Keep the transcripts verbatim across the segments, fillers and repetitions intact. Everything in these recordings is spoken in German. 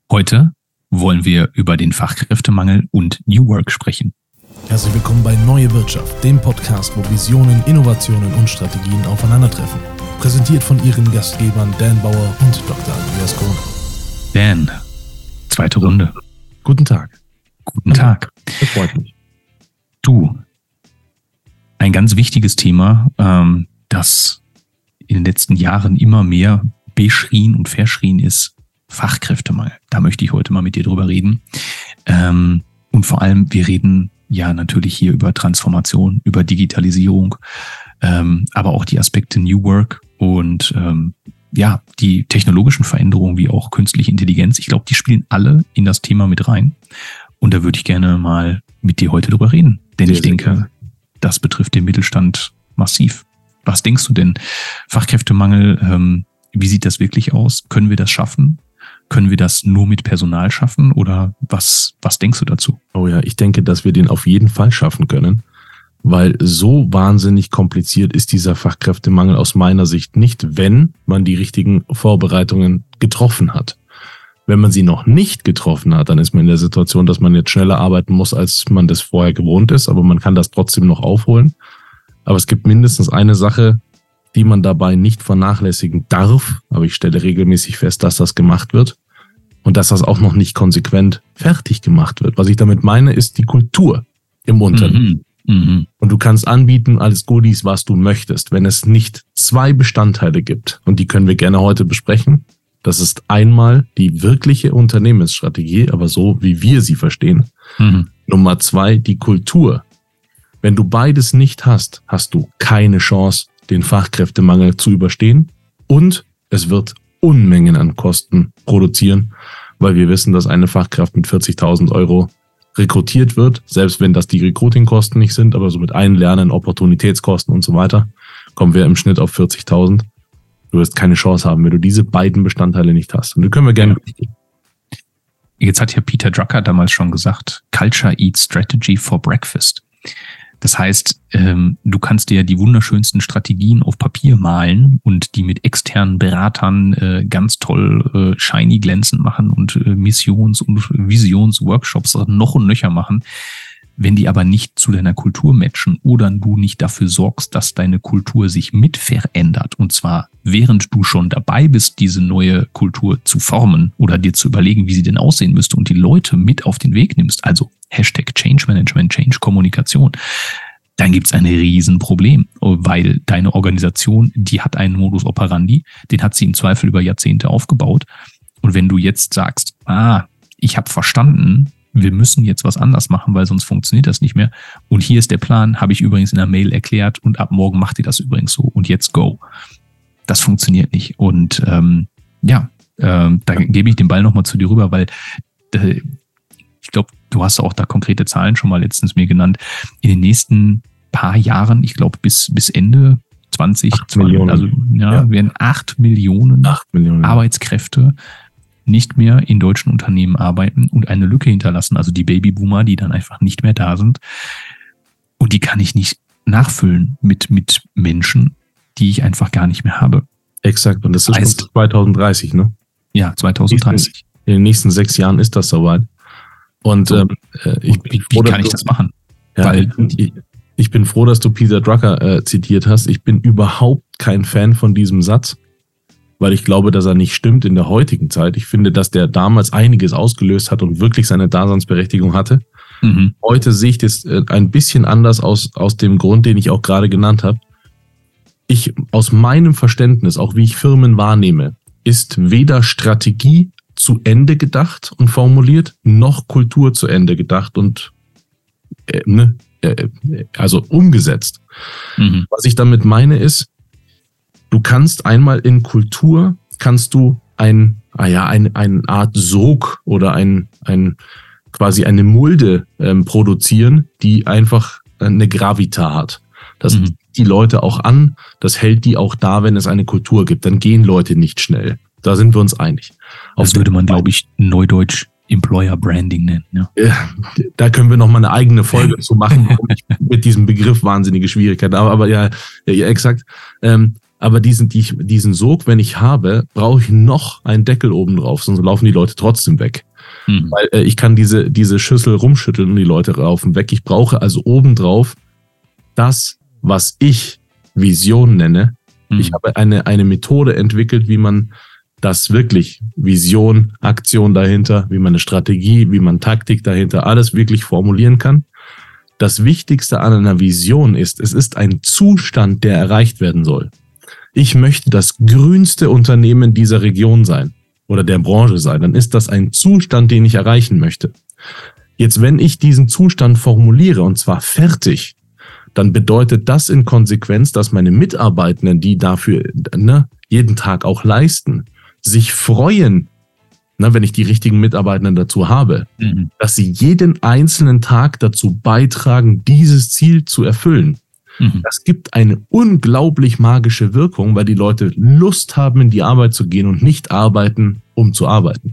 Heute wollen wir über den Fachkräftemangel und New Work sprechen. Herzlich willkommen bei Neue Wirtschaft, dem Podcast, wo Visionen, Innovationen und Strategien aufeinandertreffen. Präsentiert von Ihren Gastgebern Dan Bauer und Doktor Andreas Kohn. Dan, zweite Runde. Guten Tag. Guten Tag. Das freut mich. Du, ein ganz wichtiges Thema, ähm, das in den letzten Jahren immer mehr beschrien und verschrien ist, Fachkräftemangel. Da möchte ich heute mal mit dir drüber reden. Ähm, und vor allem, wir reden ja natürlich hier über Transformation, über Digitalisierung, ähm, aber auch die Aspekte New Work und ähm, ja, die technologischen Veränderungen wie auch künstliche Intelligenz. Ich glaube, die spielen alle in das Thema mit rein. Und da würde ich gerne mal mit dir heute drüber reden. Denn sehr, ich denke, das betrifft den Mittelstand massiv. Was denkst du denn? Fachkräftemangel, ähm, wie sieht das wirklich aus? Können wir das schaffen? Können wir das nur mit Personal schaffen oder was, was denkst du dazu? Oh ja, ich denke, dass wir den auf jeden Fall schaffen können, weil so wahnsinnig kompliziert ist dieser Fachkräftemangel aus meiner Sicht nicht, wenn man die richtigen Vorbereitungen getroffen hat. Wenn man sie noch nicht getroffen hat, dann ist man in der Situation, dass man jetzt schneller arbeiten muss, als man das vorher gewohnt ist, aber man kann das trotzdem noch aufholen. Aber es gibt mindestens eine Sache, die man dabei nicht vernachlässigen darf, aber ich stelle regelmäßig fest, dass das gemacht wird und dass das auch noch nicht konsequent fertig gemacht wird. Was ich damit meine, ist die Kultur im Unternehmen. Mhm. Mhm. Und du kannst anbieten als Goodies, was du möchtest. Wenn es nicht zwei Bestandteile gibt, und die können wir gerne heute besprechen, das ist einmal die wirkliche Unternehmensstrategie, aber so, wie wir sie verstehen. Mhm. Nummer zwei, die Kultur. Wenn du beides nicht hast, hast du keine Chance, den Fachkräftemangel zu überstehen, und es wird Unmengen an Kosten produzieren, weil wir wissen, dass eine Fachkraft mit vierzigtausend Euro rekrutiert wird, selbst wenn das die Recruiting-Kosten nicht sind, aber so mit Einlernen, Opportunitätskosten und so weiter, kommen wir im Schnitt auf vierzigtausend. Du wirst keine Chance haben, wenn du diese beiden Bestandteile nicht hast. Und die können wir gerne. Jetzt hat ja Peter Drucker damals schon gesagt, Culture eats strategy for breakfast. Das heißt, ähm, du kannst dir die wunderschönsten Strategien auf Papier malen und die mit externen Beratern äh, ganz toll äh, shiny glänzend machen und äh, Missions- und Visionsworkshops noch und nöcher machen. Wenn die aber nicht zu deiner Kultur matchen oder du nicht dafür sorgst, dass deine Kultur sich mit verändert, und zwar während du schon dabei bist, diese neue Kultur zu formen oder dir zu überlegen, wie sie denn aussehen müsste, und die Leute mit auf den Weg nimmst, also Hashtag Change Management, Change Kommunikation, dann gibt's ein Riesenproblem, weil deine Organisation, die hat einen Modus operandi, den hat sie im Zweifel über Jahrzehnte aufgebaut. Und wenn du jetzt sagst, ah, ich habe verstanden, wir müssen jetzt was anders machen, weil sonst funktioniert das nicht mehr. Und hier ist der Plan, habe ich übrigens in der Mail erklärt, und ab morgen macht ihr das übrigens so und jetzt go. Das funktioniert nicht. Und ähm, ja, ähm, da gebe ich den Ball nochmal zu dir rüber, weil äh, ich glaube, du hast auch da konkrete Zahlen schon mal letztens mir genannt. In den nächsten paar Jahren, ich glaube bis bis Ende zwanzig, Millionen. Also ja, ja. werden acht Millionen, acht Millionen Arbeitskräfte nicht mehr in deutschen Unternehmen arbeiten und eine Lücke hinterlassen, also die Babyboomer, die dann einfach nicht mehr da sind. Und die kann ich nicht nachfüllen mit, mit Menschen, die ich einfach gar nicht mehr habe. Exakt, und das ist heißt, zwanzig dreißig, ne? Ja, zwanzig dreißig. In den nächsten sechs Jahren ist das soweit. Und, so. ähm, ich und bin froh, wie kann ich das machen? Ja, Weil ich, ich bin froh, dass du Peter Drucker äh, zitiert hast. Ich bin überhaupt kein Fan von diesem Satz, weil ich glaube, dass er nicht stimmt in der heutigen Zeit. Ich finde, dass der damals einiges ausgelöst hat und wirklich seine Daseinsberechtigung hatte. Mhm. Heute sehe ich das ein bisschen anders aus, aus dem Grund, den ich auch gerade genannt habe. Ich, aus meinem Verständnis, auch wie ich Firmen wahrnehme, ist weder Strategie zu Ende gedacht und formuliert, noch Kultur zu Ende gedacht und äh, ne, äh, also umgesetzt. Mhm. Was ich damit meine ist, du kannst einmal in Kultur, kannst du ein, ah ja, ein, eine Art Sog oder ein, ein, quasi eine Mulde ähm, produzieren, die einfach eine Gravita hat. Das mhm. zieht die Leute auch an, das hält die auch da, wenn es eine Kultur gibt. Dann gehen Leute nicht schnell. Da sind wir uns einig. Das würde man, glaube ich, neudeutsch Employer Branding nennen. Ja. Da können wir noch mal eine eigene Folge zu machen, warum ich mit diesem Begriff wahnsinnige Schwierigkeiten habe. Aber ja, ja, exakt. Ähm, aber diesen, die, diesen Sog, wenn ich habe, brauche ich noch einen Deckel oben drauf, sonst laufen die Leute trotzdem weg. Mhm. Weil äh, ich kann diese, diese Schüssel rumschütteln und die Leute laufen weg. Ich brauche also obendrauf das, was ich Vision nenne. Mhm. Ich habe eine, eine Methode entwickelt, wie man das wirklich, Vision, Aktion dahinter, wie man eine Strategie, wie man Taktik dahinter, alles wirklich formulieren kann. Das Wichtigste an einer Vision ist, es ist ein Zustand, der erreicht werden soll. Ich möchte das grünste Unternehmen dieser Region sein oder der Branche sein, dann ist das ein Zustand, den ich erreichen möchte. Jetzt, wenn ich diesen Zustand formuliere und zwar fertig, dann bedeutet das in Konsequenz, dass meine Mitarbeitenden, die dafür ne, jeden Tag auch leisten, sich freuen, na, wenn ich die richtigen Mitarbeitenden dazu habe, mhm. dass sie jeden einzelnen Tag dazu beitragen, dieses Ziel zu erfüllen. Mhm. Das gibt eine unglaublich magische Wirkung, weil die Leute Lust haben, in die Arbeit zu gehen und nicht arbeiten, um zu arbeiten.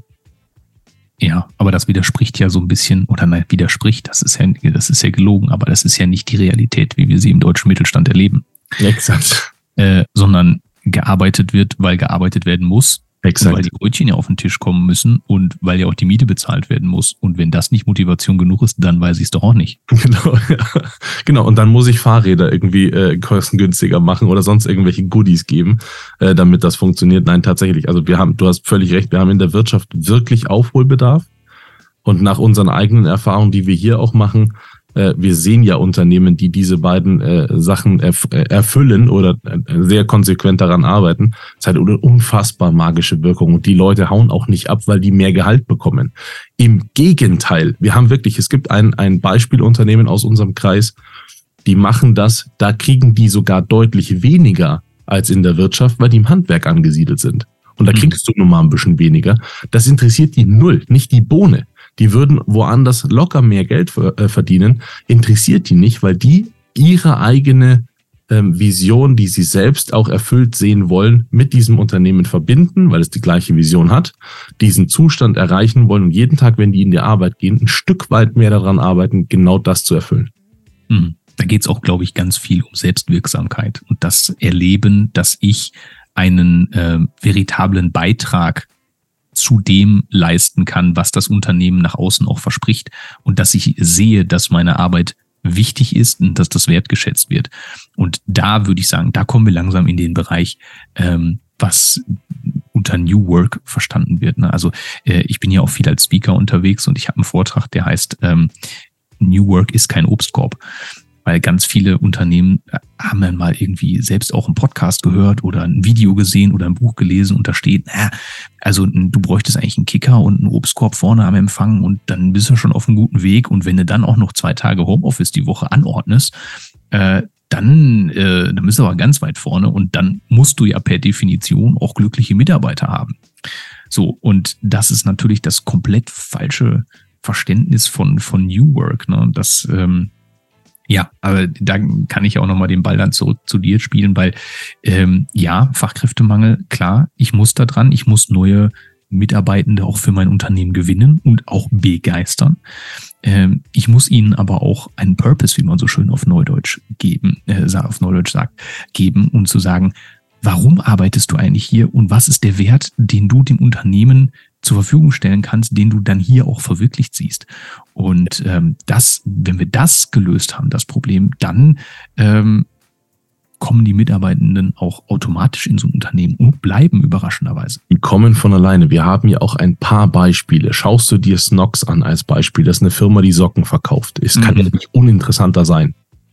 Ja, aber das widerspricht ja so ein bisschen, oder nein, widerspricht, das ist ja, das ist ja gelogen, aber das ist ja nicht die Realität, wie wir sie im deutschen Mittelstand erleben. Exakt. Äh, sondern gearbeitet wird, weil gearbeitet werden muss. Exakt. Und weil die Brötchen ja auf den Tisch kommen müssen und weil ja auch die Miete bezahlt werden muss. Und wenn das nicht Motivation genug ist, dann weiß ich es doch auch nicht. Genau, ja. Genau. Und dann muss ich Fahrräder irgendwie äh, kostengünstiger machen oder sonst irgendwelche Goodies geben, äh, damit das funktioniert. Nein, tatsächlich. Also wir haben, du hast völlig recht, wir haben in der Wirtschaft wirklich Aufholbedarf. Und nach unseren eigenen Erfahrungen, die wir hier auch machen, äh, wir sehen ja Unternehmen, die diese beiden äh, Sachen erf- erfüllen oder äh, sehr konsequent daran arbeiten. Das hat eine unfassbar magische Wirkung und die Leute hauen auch nicht ab, weil die mehr Gehalt bekommen. Im Gegenteil, wir haben wirklich, es gibt ein, ein Beispielunternehmen aus unserem Kreis, die machen das, da kriegen die sogar deutlich weniger als in der Wirtschaft, weil die im Handwerk angesiedelt sind. Und da kriegst du nun mal ein bisschen weniger. Das interessiert die null, nicht die Bohne. Die würden woanders locker mehr Geld verdienen, interessiert die nicht, weil die ihre eigene ähm, Vision, die sie selbst auch erfüllt sehen wollen, mit diesem Unternehmen verbinden, weil es die gleiche Vision hat, diesen Zustand erreichen wollen und jeden Tag, wenn die in die Arbeit gehen, ein Stück weit mehr daran arbeiten, genau das zu erfüllen. Hm. Da geht es auch, glaube ich, ganz viel um Selbstwirksamkeit und das Erleben, dass ich einen äh, veritablen Beitrag zu dem leisten kann, was das Unternehmen nach außen auch verspricht und dass ich sehe, dass meine Arbeit wichtig ist und dass das wertgeschätzt wird. Und da würde ich sagen, da kommen wir langsam in den Bereich, ähm, was unter New Work verstanden wird. Ne? Also äh, ich bin ja auch viel als Speaker unterwegs und ich habe einen Vortrag, der heißt ähm, New Work ist kein Obstkorb. Weil ganz viele Unternehmen haben dann mal irgendwie selbst auch einen Podcast gehört oder ein Video gesehen oder ein Buch gelesen und da steht, na, also du bräuchtest eigentlich einen Kicker und einen Obstkorb vorne am Empfang und dann bist du schon auf einem guten Weg und wenn du dann auch noch zwei Tage Homeoffice die Woche anordnest, äh, dann, äh, dann bist du aber ganz weit vorne und dann musst du ja per Definition auch glückliche Mitarbeiter haben. So, und das ist natürlich das komplett falsche Verständnis von, von New Work, ne? Das, ähm, Ja, aber da kann ich auch nochmal den Ball dann zurück zu dir spielen, weil ähm, ja, Fachkräftemangel, klar, ich muss da dran, ich muss neue Mitarbeitende auch für mein Unternehmen gewinnen und auch begeistern. Ähm, ich muss ihnen aber auch einen Purpose, wie man so schön auf Neudeutsch geben, äh, auf Neudeutsch sagt, geben und zu sagen, warum arbeitest du eigentlich hier und was ist der Wert, den du dem Unternehmen zur Verfügung stellen kannst, den du dann hier auch verwirklicht siehst. Und ähm, das, wenn wir das gelöst haben, das Problem, dann ähm, kommen die Mitarbeitenden auch automatisch in so ein Unternehmen und bleiben überraschenderweise. Die kommen von alleine. Wir haben ja auch ein paar Beispiele. Schaust du dir Snox an als Beispiel, das ist eine Firma, die Socken verkauft. Es kann mhm. ja nicht uninteressanter sein.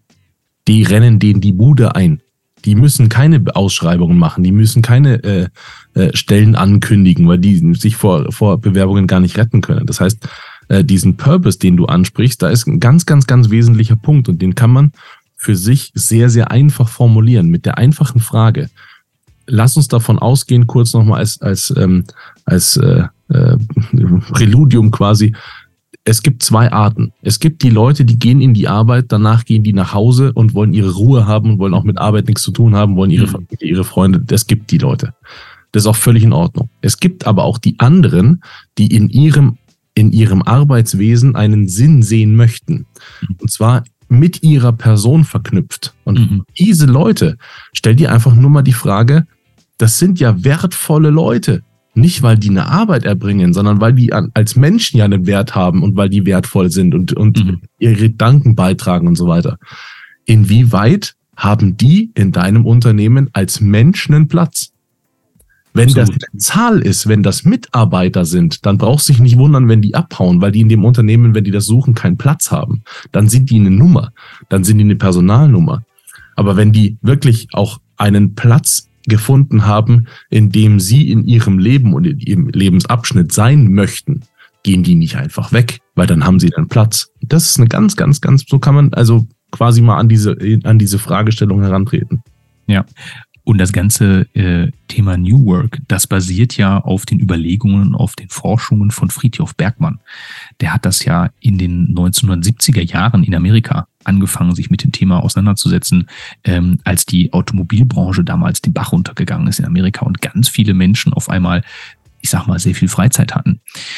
Die rennen denen die Bude ein. Die müssen keine Ausschreibungen machen, die müssen keine äh, äh, Stellen ankündigen, weil die sich vor, vor Bewerbungen gar nicht retten können. Das heißt, äh, diesen Purpose, den du ansprichst, da ist ein ganz, ganz, ganz wesentlicher Punkt und den kann man für sich sehr, sehr einfach formulieren mit der einfachen Frage. Lass uns davon ausgehen, kurz nochmal als, als, ähm, als äh, äh, Präludium quasi. Es gibt zwei Arten. Es gibt die Leute, die gehen in die Arbeit, danach gehen die nach Hause und wollen ihre Ruhe haben und wollen auch mit Arbeit nichts zu tun haben, wollen ihre Familie, ihre Freunde. Es gibt die Leute. Das ist auch völlig in Ordnung. Es gibt aber auch die anderen, die in ihrem, in ihrem Arbeitswesen einen Sinn sehen möchten. Und zwar mit ihrer Person verknüpft. Und mhm. diese Leute, stell dir einfach nur mal die Frage, das sind ja wertvolle Leute. Nicht, weil die eine Arbeit erbringen, sondern weil die als Menschen ja einen Wert haben und weil die wertvoll sind und, und mhm. ihre Gedanken beitragen und so weiter. Inwieweit haben die in deinem Unternehmen als Menschen einen Platz? Wenn Absolut. Das eine Zahl ist, wenn das Mitarbeiter sind, dann brauchst du dich nicht wundern, wenn die abhauen, weil die in dem Unternehmen, wenn die das suchen, keinen Platz haben. Dann sind die eine Nummer, dann sind die eine Personalnummer. Aber wenn die wirklich auch einen Platz gefunden haben, in dem sie in ihrem Leben und in ihrem Lebensabschnitt sein möchten, gehen die nicht einfach weg, weil dann haben sie einen Platz. Das ist eine ganz, ganz, ganz, so kann man also quasi mal an diese, an diese Fragestellung herantreten. Ja. Und das ganze äh, Thema New Work, das basiert ja auf den Überlegungen, auf den Forschungen von Frithjof Bergmann. Der hat das ja in den neunzehnhundertsiebziger Jahren in Amerika angefangen, sich mit dem Thema auseinanderzusetzen, ähm, als die Automobilbranche damals den Bach runtergegangen ist in Amerika und ganz viele Menschen auf einmal, ich sag mal, sehr viel Freizeit hatten.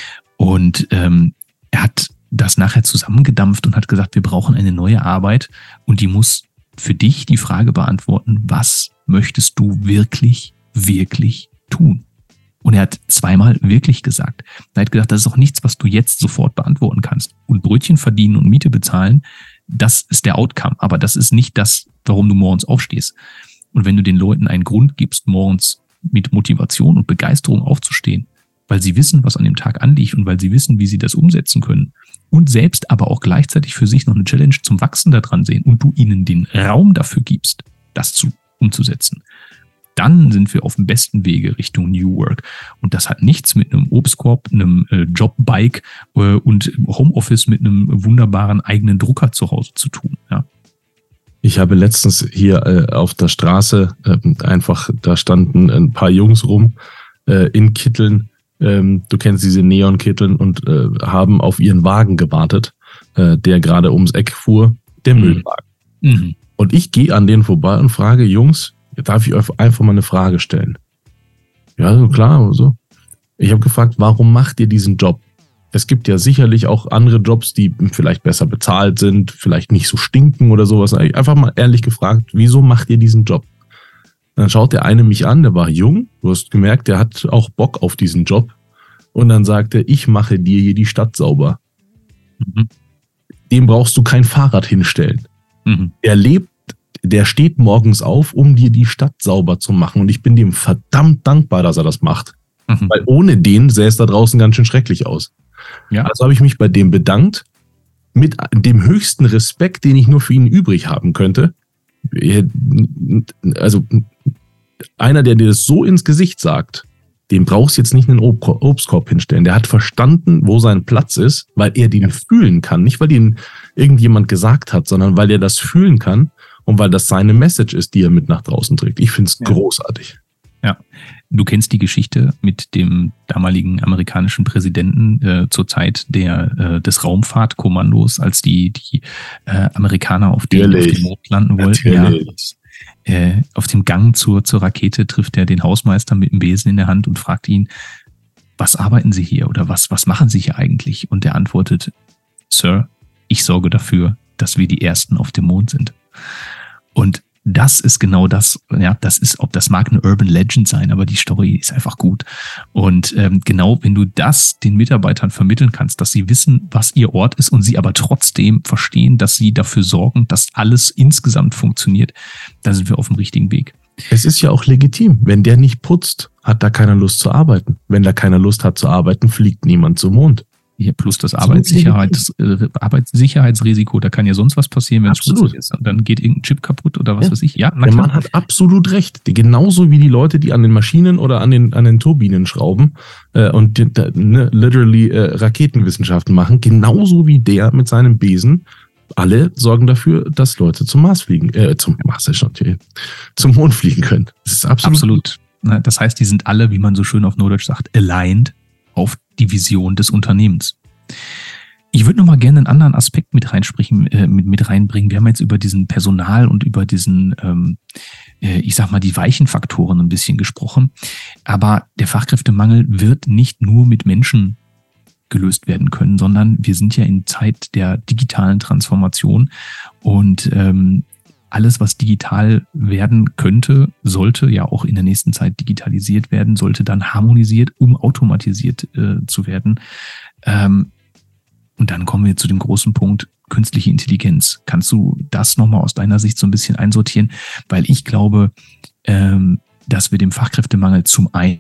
Und ähm, er hat das nachher zusammengedampft und hat gesagt, wir brauchen eine neue Arbeit und die muss für dich die Frage beantworten, was möchtest du wirklich, wirklich tun? Und er hat zweimal wirklich gesagt. Er hat gesagt, das ist auch nichts, was du jetzt sofort beantworten kannst. Und Brötchen verdienen und Miete bezahlen, das ist der Outcome. Aber das ist nicht das, warum du morgens aufstehst. Und wenn du den Leuten einen Grund gibst, morgens mit Motivation und Begeisterung aufzustehen, weil sie wissen, was an dem Tag anliegt und weil sie wissen, wie sie das umsetzen können und selbst aber auch gleichzeitig für sich noch eine Challenge zum Wachsen daran sehen und du ihnen den Raum dafür gibst, das zu umzusetzen, dann sind wir auf dem besten Wege Richtung New Work. Und das hat nichts mit einem Obstkorb, einem äh, Jobbike äh, und Homeoffice mit einem wunderbaren eigenen Drucker zu Hause zu tun. Ja. Ich habe letztens hier äh, auf der Straße äh, einfach, da standen ein paar Jungs rum äh, in Kitteln, ähm, du kennst diese Neonkitteln und äh, haben auf ihren Wagen gewartet, äh, der gerade ums Eck fuhr, der mhm. Müllwagen. Mhm. Und ich gehe an denen vorbei und frage, Jungs, darf ich euch einfach mal eine Frage stellen? Ja, so klar. So. Ich habe gefragt, warum macht ihr diesen Job? Es gibt ja sicherlich auch andere Jobs, die vielleicht besser bezahlt sind, vielleicht nicht so stinken oder sowas. Einfach mal ehrlich gefragt, wieso macht ihr diesen Job? Dann schaut der eine mich an, der war jung. Du hast gemerkt, der hat auch Bock auf diesen Job. Und dann sagte er, ich mache dir hier die Stadt sauber. Mhm. Dem brauchst du kein Fahrrad hinstellen. Mhm. Er lebt, der steht morgens auf, um dir die Stadt sauber zu machen. Und ich bin dem verdammt dankbar, dass er das macht. Mhm. Weil ohne den sähe es da draußen ganz schön schrecklich aus. Ja. Also habe ich mich bei dem bedankt, mit dem höchsten Respekt, den ich nur für ihn übrig haben könnte. Also einer, der dir das so ins Gesicht sagt, dem brauchst du jetzt nicht einen Obstkorb hinstellen. Der hat verstanden, wo sein Platz ist, weil er den fühlen kann. Nicht, weil ihn irgendjemand gesagt hat, sondern weil er das fühlen kann und weil das seine Message ist, die er mit nach draußen trägt. Ich finde es ja. großartig. Ja, du kennst die Geschichte mit dem damaligen amerikanischen Präsidenten äh, zur Zeit der, äh, des Raumfahrtkommandos, als die, die äh, Amerikaner auf den, auf den Mond landen wollten. Ja, äh, auf dem Gang zur, zur Rakete trifft er den Hausmeister mit dem Besen in der Hand und fragt ihn, was arbeiten Sie hier oder was, was machen Sie hier eigentlich? Und er antwortet, Sir, ich sorge dafür, dass wir die Ersten auf dem Mond sind. Und das ist genau das, ja, das ist, ob das mag eine Urban Legend sein, aber die Story ist einfach gut. Und ähm, genau, wenn du das den Mitarbeitern vermitteln kannst, dass sie wissen, was ihr Ort ist und sie aber trotzdem verstehen, dass sie dafür sorgen, dass alles insgesamt funktioniert, dann sind wir auf dem richtigen Weg. Es ist ja auch legitim. Wenn der nicht putzt, hat da keiner Lust zu arbeiten. Wenn da keiner Lust hat zu arbeiten, fliegt niemand zum Mond. Hier plus das Arbeitssicherheits, äh, Arbeitssicherheitsrisiko, da kann ja sonst was passieren, wenn es schmutzig ist. Und dann geht irgendein Chip kaputt oder was ja. weiß ich. Ja, na, der Mann hat absolut recht. Genauso wie die Leute, die an den Maschinen oder an den, an den Turbinen schrauben äh, und die, ne, literally äh, Raketenwissenschaften machen, genauso wie der mit seinem Besen. Alle sorgen dafür, dass Leute zum Mars fliegen, äh, zum Mars ist schon, zum Mond fliegen können. Das ist absolut. Absolut. Das heißt, die sind alle, wie man so schön auf Norddeutsch sagt, aligned auf die Vision des Unternehmens. Ich würde noch mal gerne einen anderen Aspekt mit reinsprechen, äh, mit, mit reinbringen. Wir haben jetzt über diesen Personal und über diesen, ähm, äh, ich sag mal, die weichen Faktoren ein bisschen gesprochen. Aber der Fachkräftemangel wird nicht nur mit Menschen gelöst werden können, sondern wir sind ja in Zeit der digitalen Transformation und ähm, alles, was digital werden könnte, sollte ja auch in der nächsten Zeit digitalisiert werden, sollte dann harmonisiert, um automatisiert äh, zu werden. Ähm, und dann kommen wir zu dem großen Punkt künstliche Intelligenz. Kannst du das nochmal aus deiner Sicht so ein bisschen einsortieren? Weil ich glaube, ähm, dass wir dem Fachkräftemangel zum einen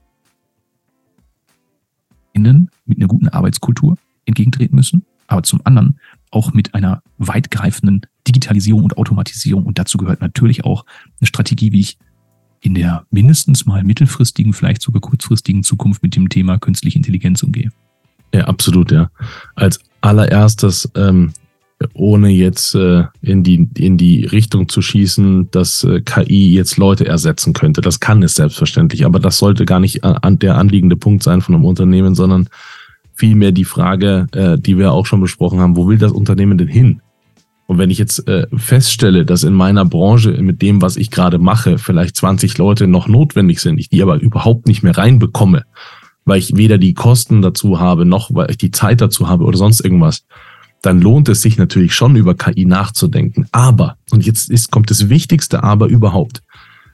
mit einer guten Arbeitskultur entgegentreten müssen, aber zum anderen auch mit einer weitgreifenden Digitalisierung und Automatisierung. Und dazu gehört natürlich auch eine Strategie, wie ich in der mindestens mal mittelfristigen, vielleicht sogar kurzfristigen Zukunft mit dem Thema künstliche Intelligenz umgehe. Ja, absolut, ja. Als allererstes, ähm, ohne jetzt äh, in die in die Richtung zu schießen, dass äh, K I jetzt Leute ersetzen könnte. Das kann es selbstverständlich, aber das sollte gar nicht an der anliegende Punkt sein von einem Unternehmen, sondern vielmehr die Frage, äh, die wir auch schon besprochen haben, wo will das Unternehmen denn hin? Und wenn ich jetzt äh, feststelle, dass in meiner Branche mit dem, was ich gerade mache, vielleicht zwanzig Leute noch notwendig sind, ich die aber überhaupt nicht mehr reinbekomme, weil ich weder die Kosten dazu habe, noch weil ich die Zeit dazu habe oder sonst irgendwas, dann lohnt es sich natürlich schon über K I nachzudenken. Aber, und jetzt ist, kommt das wichtigste Aber überhaupt,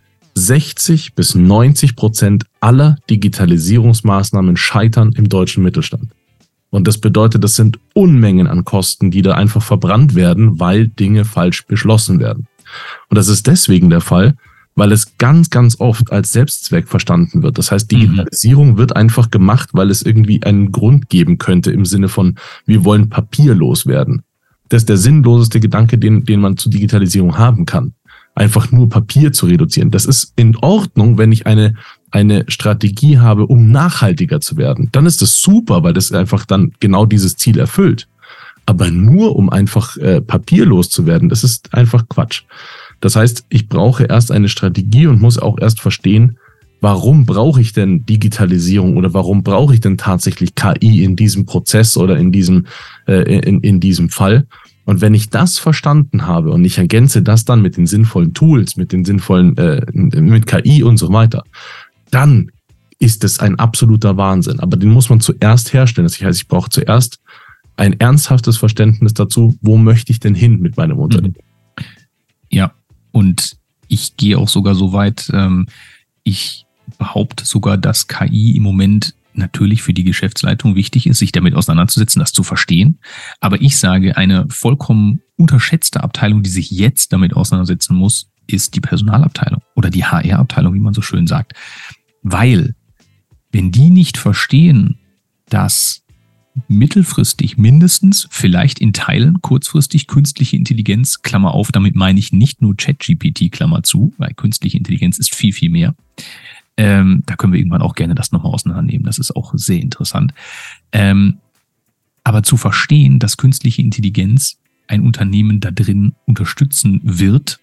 sechzig bis neunzig Prozent aller Digitalisierungsmaßnahmen scheitern im deutschen Mittelstand. Und das bedeutet, das sind Unmengen an Kosten, die da einfach verbrannt werden, weil Dinge falsch beschlossen werden. Und das ist deswegen der Fall, weil es ganz, ganz oft als Selbstzweck verstanden wird. Das heißt, Digitalisierung mhm. wird einfach gemacht, weil es irgendwie einen Grund geben könnte im Sinne von, wir wollen papierlos werden. Das ist der sinnloseste Gedanke, den, den man zur Digitalisierung haben kann. Einfach nur Papier zu reduzieren. Das ist in Ordnung, wenn ich eine, eine Strategie habe, um nachhaltiger zu werden. Dann ist das super, weil das einfach dann genau dieses Ziel erfüllt. Aber nur um einfach äh, papierlos zu werden, das ist einfach Quatsch. Das heißt, ich brauche erst eine Strategie und muss auch erst verstehen, warum brauche ich denn Digitalisierung oder warum brauche ich denn tatsächlich K I in diesem Prozess oder in diesem, äh, in, in diesem Fall. Und wenn ich das verstanden habe und ich ergänze das dann mit den sinnvollen Tools, mit den sinnvollen, äh, mit K I und so weiter, dann ist es ein absoluter Wahnsinn. Aber den muss man zuerst herstellen. Das heißt, ich brauche zuerst ein ernsthaftes Verständnis dazu, wo möchte ich denn hin mit meinem Unternehmen? Ja. Und ich gehe auch sogar so weit, ähm, ich behaupte sogar, dass K I im Moment natürlich für die Geschäftsleitung wichtig ist, sich damit auseinanderzusetzen, das zu verstehen. Aber ich sage, eine vollkommen unterschätzte Abteilung, die sich jetzt damit auseinandersetzen muss, ist die Personalabteilung oder die H R-Abteilung, wie man so schön sagt. Weil, wenn die nicht verstehen, dass mittelfristig mindestens, vielleicht in Teilen kurzfristig künstliche Intelligenz, Klammer auf, damit meine ich nicht nur ChatGPT, Klammer zu, weil künstliche Intelligenz ist viel, viel mehr. Ähm, da können wir irgendwann auch gerne das nochmal auseinandernehmen, das ist auch sehr interessant. Ähm, aber zu verstehen, dass künstliche Intelligenz ein Unternehmen da drin unterstützen wird,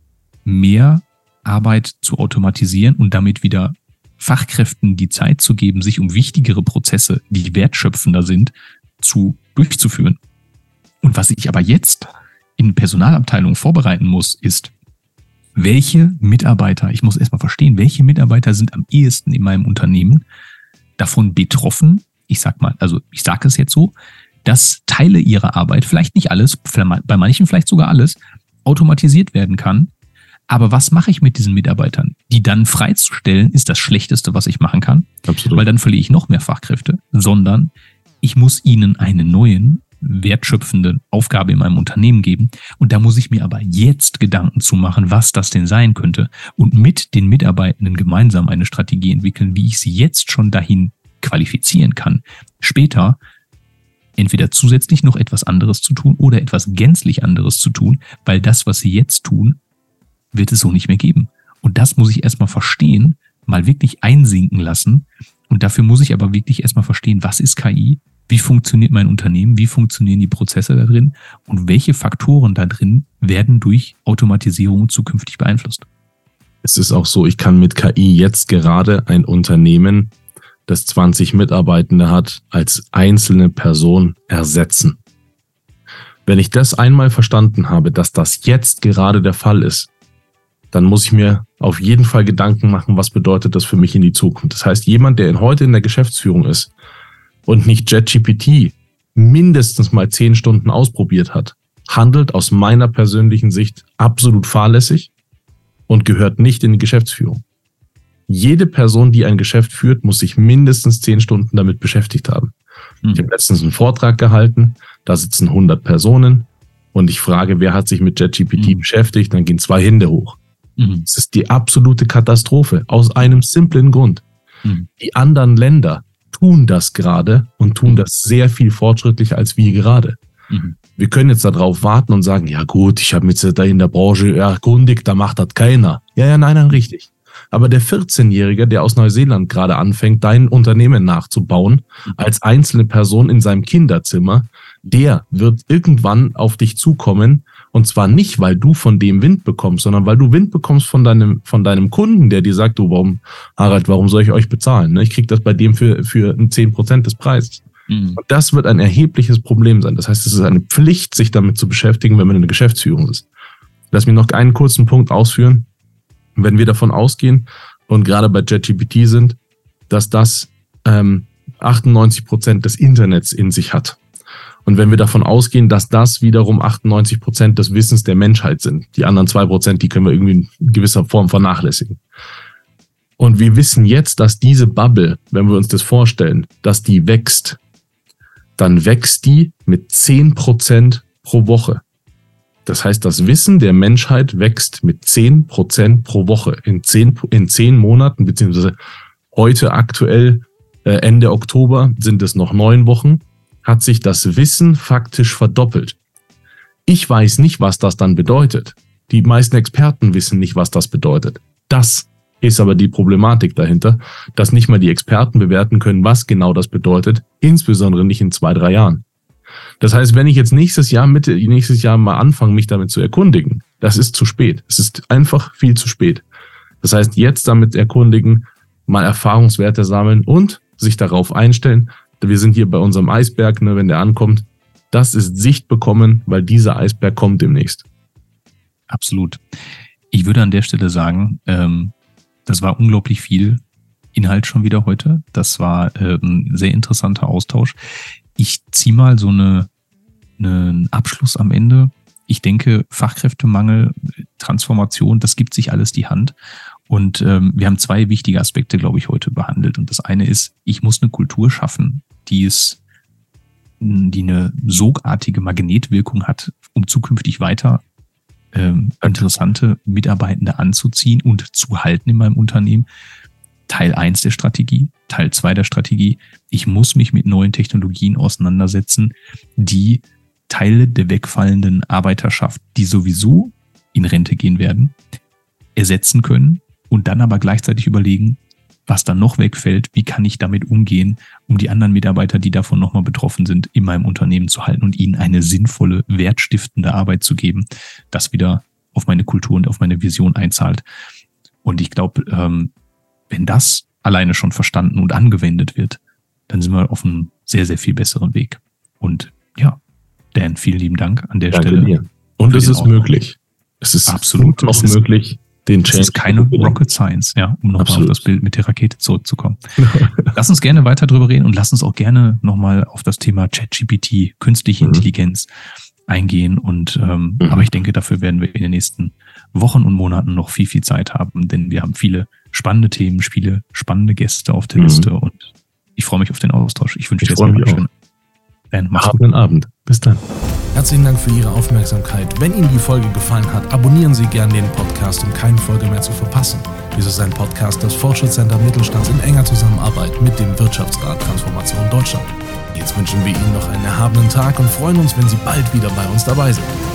mehr Arbeit zu automatisieren und damit wieder Fachkräften die Zeit zu geben, sich um wichtigere Prozesse, die wertschöpfender sind, zu durchzuführen. Und was ich aber jetzt in Personalabteilungen vorbereiten muss, ist, welche Mitarbeiter, ich muss erstmal verstehen, welche Mitarbeiter sind am ehesten in meinem Unternehmen davon betroffen, ich sag mal, also ich sage es jetzt so, dass Teile ihrer Arbeit, vielleicht nicht alles, bei manchen vielleicht sogar alles, automatisiert werden kann. Aber was mache ich mit diesen Mitarbeitern? Die dann freizustellen, ist das Schlechteste, was ich machen kann. Absolut. Weil dann verliere ich noch mehr Fachkräfte, sondern ich muss ihnen eine neue, wertschöpfende Aufgabe in meinem Unternehmen geben. Und da muss ich mir aber jetzt Gedanken zu machen, was das denn sein könnte. Und mit den Mitarbeitenden gemeinsam eine Strategie entwickeln, wie ich sie jetzt schon dahin qualifizieren kann. Später entweder zusätzlich noch etwas anderes zu tun oder etwas gänzlich anderes zu tun, weil das, was sie jetzt tun, wird es so nicht mehr geben. Und das muss ich erstmal verstehen, mal wirklich einsinken lassen. Und dafür muss ich aber wirklich erstmal verstehen, was ist K I, wie funktioniert mein Unternehmen, wie funktionieren die Prozesse da drin und welche Faktoren da drin werden durch Automatisierung zukünftig beeinflusst. Es ist auch so, ich kann mit K I jetzt gerade ein Unternehmen, das zwanzig Mitarbeitende hat, als einzelne Person ersetzen. Wenn ich das einmal verstanden habe, dass das jetzt gerade der Fall ist, dann muss ich mir auf jeden Fall Gedanken machen, was bedeutet das für mich in die Zukunft. Das heißt, jemand, der heute in der Geschäftsführung ist, und nicht ChatGPT mindestens mal zehn Stunden ausprobiert hat, handelt aus meiner persönlichen Sicht absolut fahrlässig und gehört nicht in die Geschäftsführung. Jede Person, die ein Geschäft führt, muss sich mindestens zehn Stunden damit beschäftigt haben. Mhm. Ich habe letztens einen Vortrag gehalten, da sitzen hundert Personen und ich frage, wer hat sich mit ChatGPT mhm. beschäftigt, dann gehen zwei Hände hoch. Mhm. Das ist die absolute Katastrophe, aus einem simplen Grund. Mhm. Die anderen Länder tun das gerade und tun mhm. das sehr viel fortschrittlicher als wir gerade. Mhm. Wir können jetzt darauf warten und sagen, ja gut, ich habe mich jetzt da in der Branche erkundigt, da macht das keiner. Ja, ja, nein, nein, richtig. Aber der vierzehnjährige, der aus Neuseeland gerade anfängt, dein Unternehmen nachzubauen, als einzelne Person in seinem Kinderzimmer, der wird irgendwann auf dich zukommen. Und zwar nicht, weil du von dem Wind bekommst, sondern weil du Wind bekommst von deinem, von deinem Kunden, der dir sagt, du, warum, Harald, warum soll ich euch bezahlen? Ich kriege das bei dem für, für zehn Prozent des Preises. Mhm. Und das wird ein erhebliches Problem sein. Das heißt, es ist eine Pflicht, sich damit zu beschäftigen, wenn man in der Geschäftsführung ist. Lass mich noch einen kurzen Punkt ausführen. Wenn wir davon ausgehen und gerade bei ChatGPT sind, dass das ähm, achtundneunzig Prozent des Internets in sich hat. Und wenn wir davon ausgehen, dass das wiederum achtundneunzig Prozent des Wissens der Menschheit sind, die anderen zwei Prozent, die können wir irgendwie in gewisser Form vernachlässigen. Und wir wissen jetzt, dass diese Bubble, wenn wir uns das vorstellen, dass die wächst, dann wächst die mit zehn Prozent pro Woche. Das heißt, das Wissen der Menschheit wächst mit zehn Prozent pro Woche. In zehn, in zehn Monaten, beziehungsweise heute aktuell äh, Ende Oktober sind es noch neun Wochen, hat sich das Wissen faktisch verdoppelt. Ich weiß nicht, was das dann bedeutet. Die meisten Experten wissen nicht, was das bedeutet. Das ist aber die Problematik dahinter, dass nicht mal die Experten bewerten können, was genau das bedeutet, insbesondere nicht in zwei, drei Jahren. Das heißt, wenn ich jetzt nächstes Jahr, Mitte nächstes Jahr mal anfange, mich damit zu erkundigen, das ist zu spät. Es ist einfach viel zu spät. Das heißt, jetzt damit erkundigen, mal Erfahrungswerte sammeln und sich darauf einstellen. Wir sind hier bei unserem Eisberg, ne, wenn der ankommt. Das ist Sicht bekommen, weil dieser Eisberg kommt demnächst. Absolut. Ich würde an der Stelle sagen, ähm, das war unglaublich viel Inhalt schon wieder heute. Das war äh, ein sehr interessanter Austausch. Ich ziehe mal so eine, einen Abschluss am Ende. Ich denke, Fachkräftemangel, Transformation, das gibt sich alles die Hand. Und ähm, wir haben zwei wichtige Aspekte, glaube ich, heute behandelt. Und das eine ist, ich muss eine Kultur schaffen, die es, die eine sogartige Magnetwirkung hat, um zukünftig weiter ähm, interessante Mitarbeitende anzuziehen und zu halten in meinem Unternehmen. Teil eins der Strategie. Teil zwei der Strategie. Ich muss mich mit neuen Technologien auseinandersetzen, die Teile der wegfallenden Arbeiterschaft, die sowieso in Rente gehen werden, ersetzen können und dann aber gleichzeitig überlegen, was dann noch wegfällt, wie kann ich damit umgehen, um die anderen Mitarbeiter, die davon nochmal betroffen sind, in meinem Unternehmen zu halten und ihnen eine sinnvolle, wertstiftende Arbeit zu geben, das wieder auf meine Kultur und auf meine Vision einzahlt. Und ich glaube, ähm, wenn das alleine schon verstanden und angewendet wird, dann sind wir auf einem sehr, sehr viel besseren Weg. Und ja, Dan, vielen lieben Dank an der Danke Stelle. Dir. Und es ist möglich. Es ist absolut noch ist, möglich, den Change. Es ist keine Rocket Science, ja, um nochmal auf das Bild mit der Rakete zurückzukommen. Lass uns gerne weiter drüber reden und lass uns auch gerne nochmal auf das Thema ChatGPT, künstliche mhm. Intelligenz eingehen. Und ähm, mhm. aber ich denke, dafür werden wir in den nächsten Wochen und Monaten noch viel, viel Zeit haben, denn wir haben viele spannende Themen, viele spannende Gäste auf der mhm. Liste und ich freue mich auf den Austausch. Ich wünsche dir jetzt noch einen schönen Abend. Abend. Bis dann. Herzlichen Dank für Ihre Aufmerksamkeit. Wenn Ihnen die Folge gefallen hat, abonnieren Sie gerne den Podcast, um keine Folge mehr zu verpassen. Dies ist ein Podcast des Fortschrittscenter Mittelstands in enger Zusammenarbeit mit dem Wirtschaftsrat Transformation Deutschland. Jetzt wünschen wir Ihnen noch einen erhabenen Tag und freuen uns, wenn Sie bald wieder bei uns dabei sind.